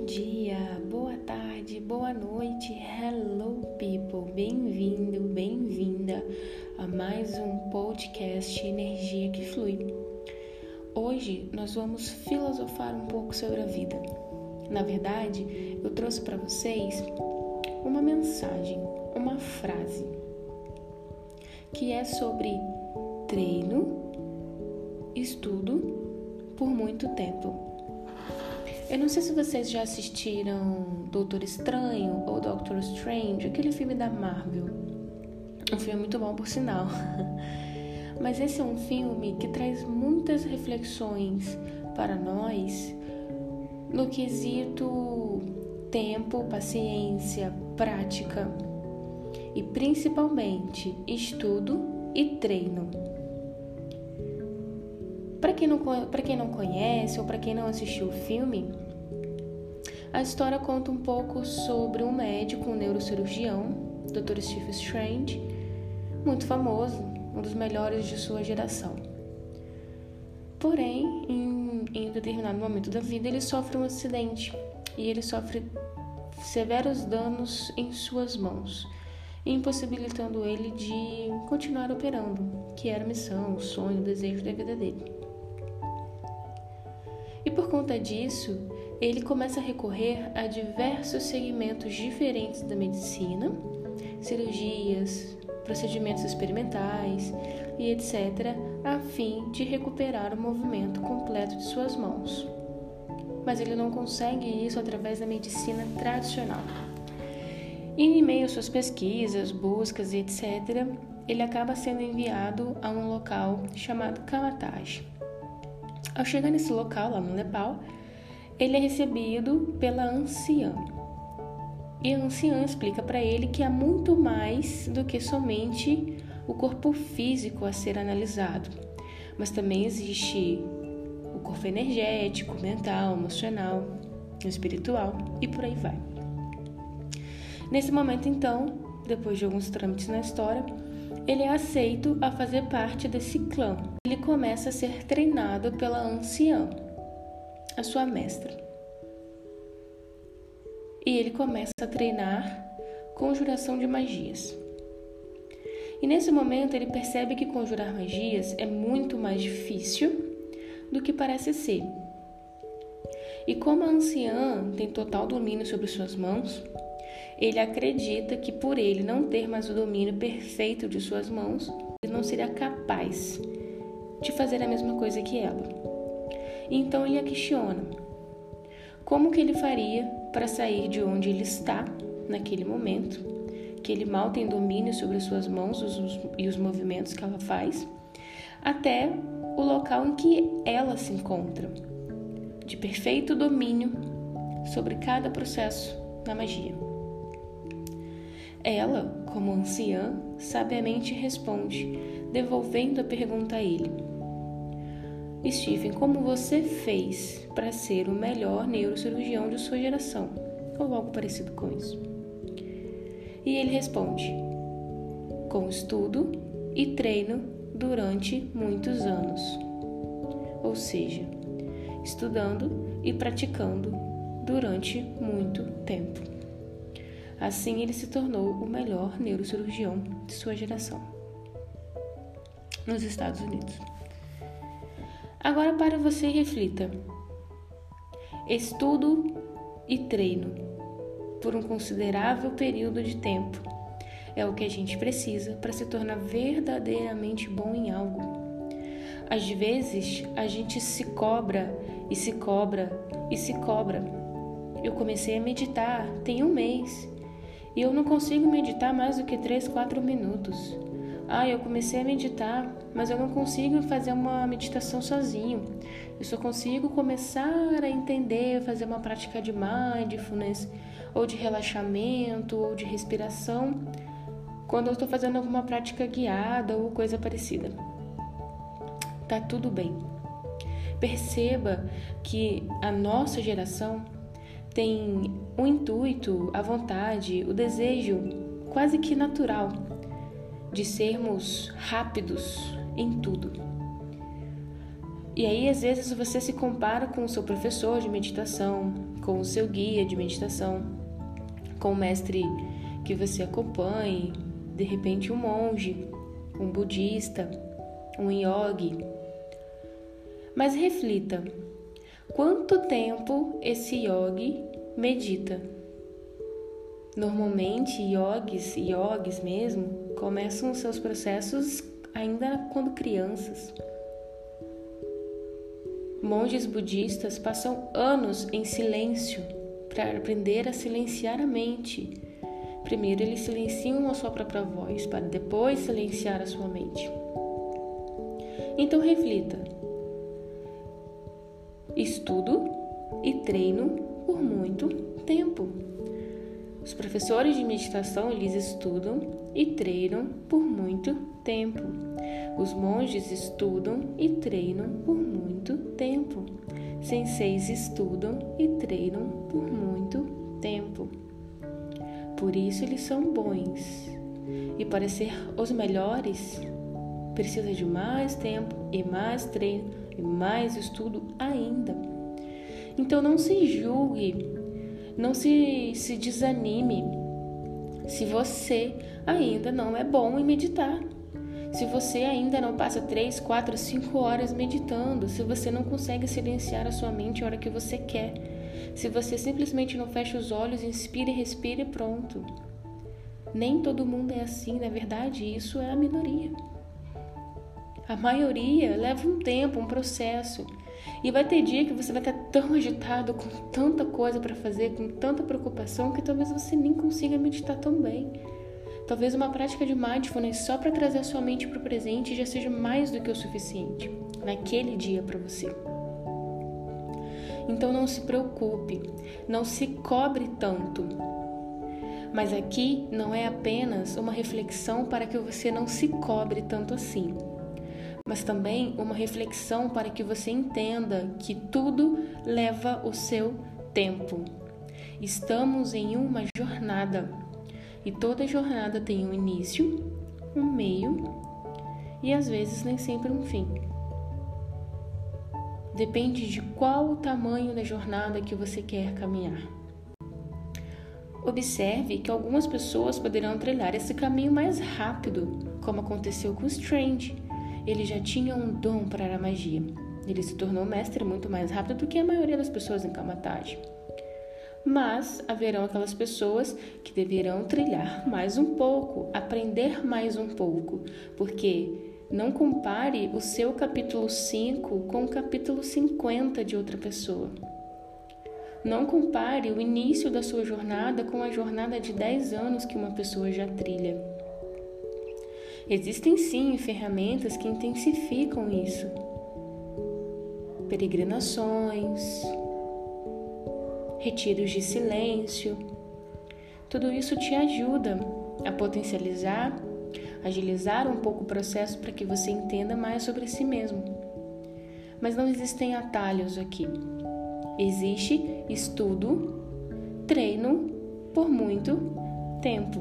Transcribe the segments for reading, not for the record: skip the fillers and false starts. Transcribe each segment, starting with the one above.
dia, boa tarde, boa noite, hello people, bem-vindo, bem-vinda a mais um podcast Energia que Flui. Hoje nós vamos filosofar um pouco sobre a vida. Na verdade, eu trouxe para vocês uma mensagem, uma frase, que é sobre treino, estudo por muito tempo. Eu não sei se vocês já assistiram Doutor Estranho ou Doctor Strange, aquele filme da Marvel. Um filme muito bom, por sinal. Mas esse é um filme que traz muitas reflexões para nós no quesito tempo, paciência, prática e principalmente estudo e treino. Para quem não conhece ou para quem não assistiu o filme, a história conta um pouco sobre um médico, um neurocirurgião, Dr. Stephen Strange, muito famoso, um dos melhores de sua geração. Porém, em um determinado momento da vida, ele sofre um acidente e ele sofre severos danos em suas mãos, impossibilitando ele de continuar operando, que era a missão, o sonho, o desejo da vida dele. E por conta disso, ele começa a recorrer a diversos segmentos diferentes da medicina, cirurgias, procedimentos experimentais e etc., a fim de recuperar o movimento completo de suas mãos. Mas ele não consegue isso através da medicina tradicional. E em meio às suas pesquisas, buscas e etc., ele acaba sendo enviado a um local chamado Kamataj. Ao chegar nesse local, lá no Nepal, ele é recebido pela anciã. E a anciã explica para ele que há muito mais do que somente o corpo físico a ser analisado, mas também existe o corpo energético, mental, emocional, espiritual e por aí vai. Nesse momento, então, depois de alguns trâmites na história, ele é aceito a fazer parte desse clã. Ele começa a ser treinado pela anciã, a sua mestra. E ele começa a treinar conjuração de magias. E nesse momento ele percebe que conjurar magias é muito mais difícil do que parece ser. E como a anciã tem total domínio sobre suas mãos, ele acredita que por ele não ter mais o domínio perfeito de suas mãos, ele não seria capaz de fazer a mesma coisa que ela. Então ele a questiona. Como que ele faria para sair de onde ele está naquele momento, que ele mal tem domínio sobre as suas mãos e os movimentos que ela faz, até o local em que ela se encontra, de perfeito domínio sobre cada processo na magia. Ela, como anciã, sabiamente responde, devolvendo a pergunta a ele. Stephen, como você fez para ser o melhor neurocirurgião de sua geração? Ou algo parecido com isso. E ele responde, com estudo e treino durante muitos anos. Ou seja, estudando e praticando durante muito tempo. Assim, ele se tornou o melhor neurocirurgião de sua geração nos Estados Unidos. Agora para você e reflita. Estudo e treino por um considerável período de tempo é o que a gente precisa para se tornar verdadeiramente bom em algo. Às vezes, a gente se cobra e se cobra e se cobra. Eu comecei a meditar tem um mês. E eu não consigo meditar mais do que 3-4 minutos. Eu comecei a meditar, mas eu não consigo fazer uma meditação sozinho. Eu só consigo começar a entender, fazer uma prática de mindfulness, ou de relaxamento, ou de respiração, quando eu estou fazendo alguma prática guiada ou coisa parecida. Tá tudo bem. Perceba que a nossa geração tem o intuito, a vontade, o desejo quase que natural de sermos rápidos em tudo. E aí, às vezes, você se compara com o seu professor de meditação, com o seu guia de meditação, com o mestre que você acompanhe, de repente um monge, um budista, um yogi. Mas reflita, quanto tempo esse yogi medita? Normalmente, yogis mesmo, começam os seus processos ainda quando crianças. Monges budistas passam anos em silêncio para aprender a silenciar a mente. Primeiro eles silenciam a sua própria voz para depois silenciar a sua mente. Então reflita. Estudo e treino por muito tempo. Os professores de meditação, eles estudam e treinam por muito tempo. Os monges estudam e treinam por muito tempo. Senseis estudam e treinam por muito tempo. Por isso eles são bons. E para ser os melhores, precisa de mais tempo e mais treino e mais estudo ainda. Então não se julgue, não se desanime se você ainda não é bom em meditar. Se você ainda não passa 3, 4, 5 horas meditando, se você não consegue silenciar a sua mente a hora que você quer, se você simplesmente não fecha os olhos, inspira e respira e pronto. Nem todo mundo é assim, na verdade, isso é a minoria. A maioria leva um tempo, um processo. E vai ter dia que você vai estar tão agitado, com tanta coisa para fazer, com tanta preocupação, que talvez você nem consiga meditar tão bem. Talvez uma prática de mindfulness só para trazer a sua mente para o presente já seja mais do que o suficiente naquele dia para você. Então não se preocupe, não se cobre tanto. Mas aqui não é apenas uma reflexão para que você não se cobre tanto assim, mas também uma reflexão para que você entenda que tudo leva o seu tempo. Estamos em uma jornada e toda jornada tem um início, um meio e às vezes nem sempre um fim. Depende de qual o tamanho da jornada que você quer caminhar. Observe que algumas pessoas poderão trilhar esse caminho mais rápido, como aconteceu com Strange. Ele já tinha um dom para a magia. Ele se tornou mestre muito mais rápido do que a maioria das pessoas em Kamatage. Mas haverão aquelas pessoas que deverão trilhar mais um pouco, aprender mais um pouco, porque não compare o seu capítulo 5 com o capítulo 50 de outra pessoa. Não compare o início da sua jornada com a jornada de 10 anos que uma pessoa já trilha. Existem sim ferramentas que intensificam isso. Peregrinações, retiros de silêncio. Tudo isso te ajuda a potencializar, agilizar um pouco o processo para que você entenda mais sobre si mesmo. Mas não existem atalhos aqui. Existe estudo, treino por muito tempo.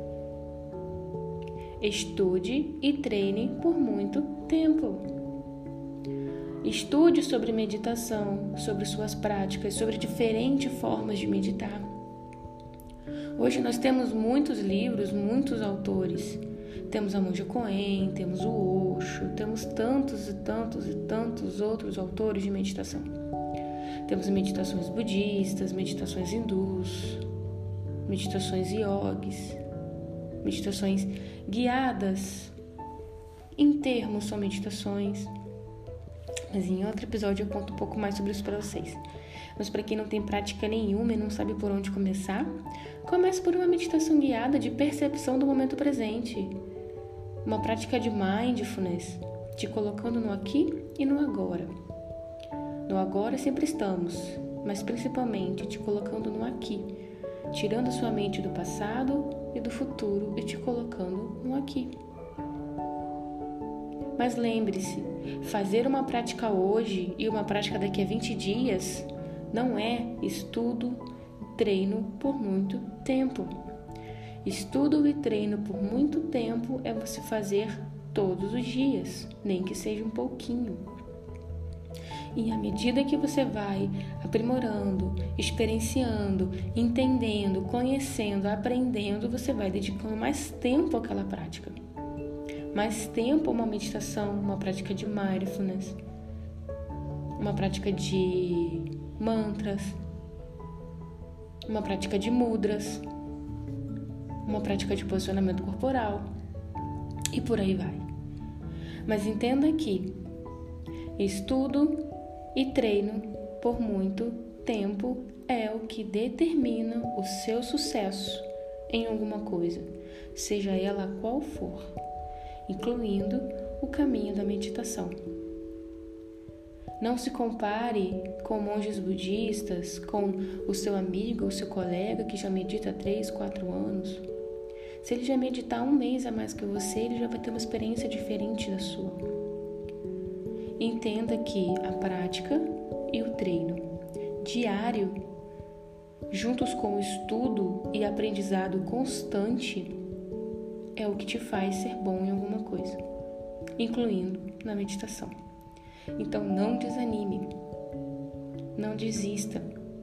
Estude e treine por muito tempo. Estude sobre meditação, sobre suas práticas, sobre diferentes formas de meditar. Hoje nós temos muitos livros, muitos autores. Temos a Monja Coen, temos o Osho, temos tantos e tantos e tantos outros autores de meditação. Temos meditações budistas, meditações hindus, meditações yogis, meditações guiadas. Em termos, são meditações. Mas em outro episódio eu conto um pouco mais sobre isso para vocês. Mas para quem não tem prática nenhuma e não sabe por onde começar, comece por uma meditação guiada de percepção do momento presente. Uma prática de mindfulness, te colocando no aqui e no agora. No agora sempre estamos, mas principalmente te colocando no aqui, tirando sua mente do passado e do futuro e te colocando no aqui. Mas lembre-se, fazer uma prática hoje e uma prática daqui a 20 dias não é estudo e treino por muito tempo. Estudo e treino por muito tempo é você fazer todos os dias, nem que seja um pouquinho. E à medida que você vai aprimorando, experienciando, entendendo, conhecendo, aprendendo, você vai dedicando mais tempo àquela prática. Mais tempo a uma meditação, uma prática de mindfulness, uma prática de mantras, uma prática de mudras, uma prática de posicionamento corporal e por aí vai. Mas entenda que estudo e treino por muito tempo é o que determina o seu sucesso em alguma coisa, seja ela qual for, incluindo o caminho da meditação. Não se compare com monges budistas, com o seu amigo, o seu colega que já medita há 3, 4 anos. Se ele já meditar 1 mês a mais que você, ele já vai ter uma experiência diferente da sua. Entenda que a prática e o treino diário, juntos com o estudo e aprendizado constante, é o que te faz ser bom em alguma coisa, incluindo na meditação. Então não desanime, não desista.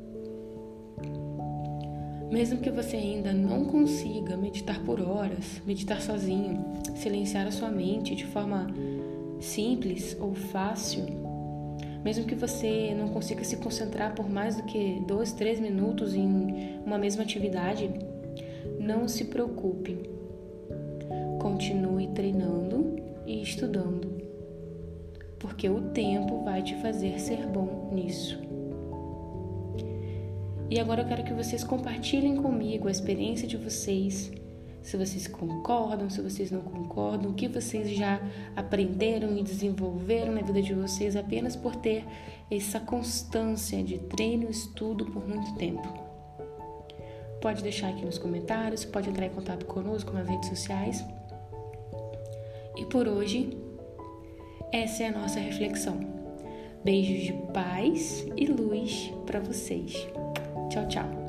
Mesmo que você ainda não consiga meditar por horas, meditar sozinho, silenciar a sua mente de forma simples ou fácil, mesmo que você não consiga se concentrar por mais do que 2, 3 minutos em uma mesma atividade, não se preocupe. Continue treinando e estudando, porque o tempo vai te fazer ser bom nisso. E agora eu quero que vocês compartilhem comigo a experiência de vocês, se vocês concordam, se vocês não concordam, o que vocês já aprenderam e desenvolveram na vida de vocês apenas por ter essa constância de treino e estudo por muito tempo. Pode deixar aqui nos comentários, pode entrar em contato conosco nas redes sociais. E por hoje, essa é a nossa reflexão. Beijos de paz e luz para vocês. Tchau, tchau.